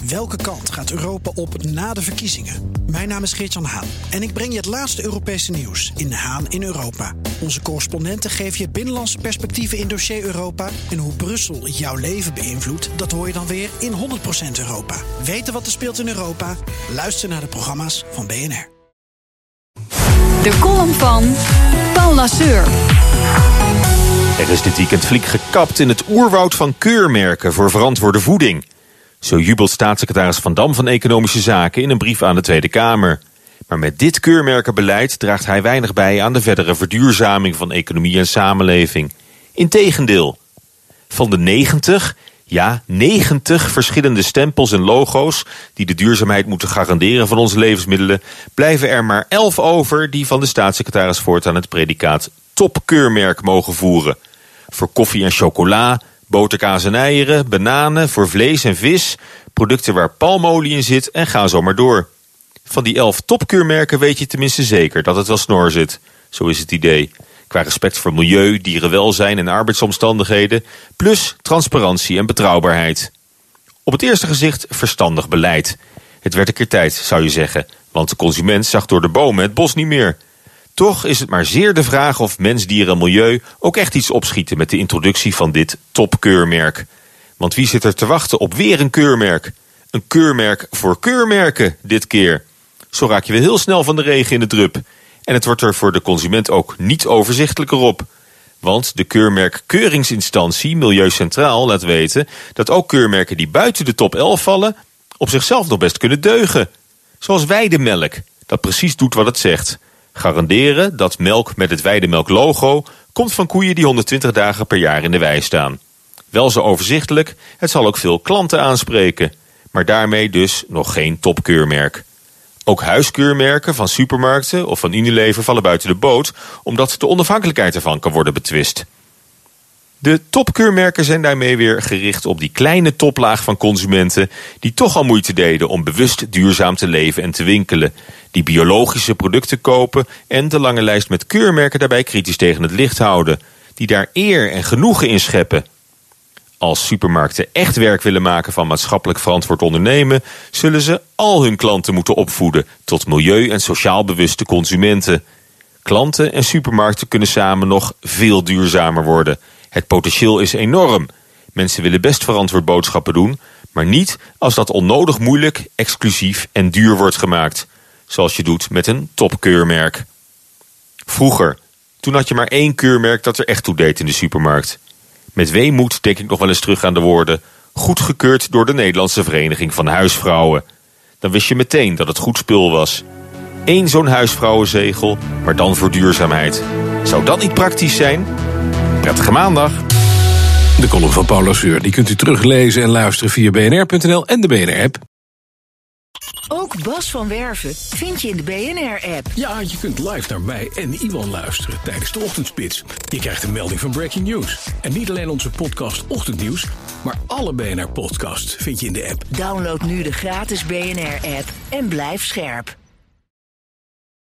Welke kant gaat Europa op na de verkiezingen? Mijn naam is Geert-Jan Haan en ik breng je het laatste Europese nieuws in Haan in Europa. Onze correspondenten geven je binnenlandse perspectieven in dossier Europa. En hoe Brussel jouw leven beïnvloedt, dat hoor je dan weer in 100% Europa. Weten wat er speelt in Europa? Luister naar de programma's van BNR. De column van Paul Lasseur. Er is dit weekend flink gekapt in het oerwoud van keurmerken voor verantwoorde voeding. Zo jubelt staatssecretaris Van Dam van Economische Zaken in een brief aan de Tweede Kamer. Maar met dit keurmerkenbeleid draagt hij weinig bij aan de verdere verduurzaming van economie en samenleving. Integendeel. Van de 90 verschillende stempels en logo's die de duurzaamheid moeten garanderen van onze levensmiddelen, blijven er maar 11 over die van de staatssecretaris voortaan het predicaat topkeurmerk mogen voeren. Voor koffie en chocola, boter, kaas en eieren, bananen, voor vlees en vis, producten waar palmolie in zit en ga zo maar door. Van die 11 topkeurmerken weet je tenminste zeker dat het wel snor zit. Zo is het idee. Qua respect voor milieu, dierenwelzijn en arbeidsomstandigheden, plus transparantie en betrouwbaarheid. Op het eerste gezicht verstandig beleid. Het werd een keer tijd, zou je zeggen, want de consument zag door de bomen het bos niet meer. Toch is het maar zeer de vraag of mens, dier en milieu ook echt iets opschieten met de introductie van dit topkeurmerk. Want wie zit er te wachten op weer een keurmerk? Een keurmerk voor keurmerken dit keer. Zo raak je weer heel snel van de regen in de drup. En het wordt er voor de consument ook niet overzichtelijker op. Want de keurmerkkeuringsinstantie Milieu Centraal laat weten dat ook keurmerken die buiten de top 11 vallen op zichzelf nog best kunnen deugen. Zoals Weidemelk, dat precies doet wat het zegt. Garanderen dat melk met het Weidemelk-logo komt van koeien die 120 dagen per jaar in de wei staan. Wel zo overzichtelijk, het zal ook veel klanten aanspreken. Maar daarmee dus nog geen topkeurmerk. Ook huiskeurmerken van supermarkten of van Unilever vallen buiten de boot, omdat de onafhankelijkheid ervan kan worden betwist. De topkeurmerken zijn daarmee weer gericht op die kleine toplaag van consumenten die toch al moeite deden om bewust duurzaam te leven en te winkelen, die biologische producten kopen en de lange lijst met keurmerken daarbij kritisch tegen het licht houden, die daar eer en genoegen in scheppen. Als supermarkten echt werk willen maken van maatschappelijk verantwoord ondernemen, zullen ze al hun klanten moeten opvoeden tot milieu- en sociaal bewuste consumenten. Klanten en supermarkten kunnen samen nog veel duurzamer worden. Het potentieel is enorm. Mensen willen best verantwoord boodschappen doen, maar niet als dat onnodig moeilijk, exclusief en duur wordt gemaakt. Zoals je doet met een topkeurmerk. Vroeger, toen had je maar 1 keurmerk dat er echt toe deed in de supermarkt. Met weemoed denk ik nog wel eens terug aan de woorden goedgekeurd door de Nederlandse Vereniging van Huisvrouwen. Dan wist je meteen dat het goed spul was. 1 zo'n huisvrouwenzegel, maar dan voor duurzaamheid. Zou dat niet praktisch zijn? Prettige maandag. De column van Paul Lasseur, die kunt u teruglezen en luisteren via bnr.nl en de BNR-app. Ook Bas van Werven vind je in de BNR-app. Ja, je kunt live naar mij en Iwan luisteren tijdens de ochtendspits. Je krijgt een melding van Breaking News. En niet alleen onze podcast Ochtendnieuws, maar alle BNR-podcasts vind je in de app. Download nu de gratis BNR-app en blijf scherp.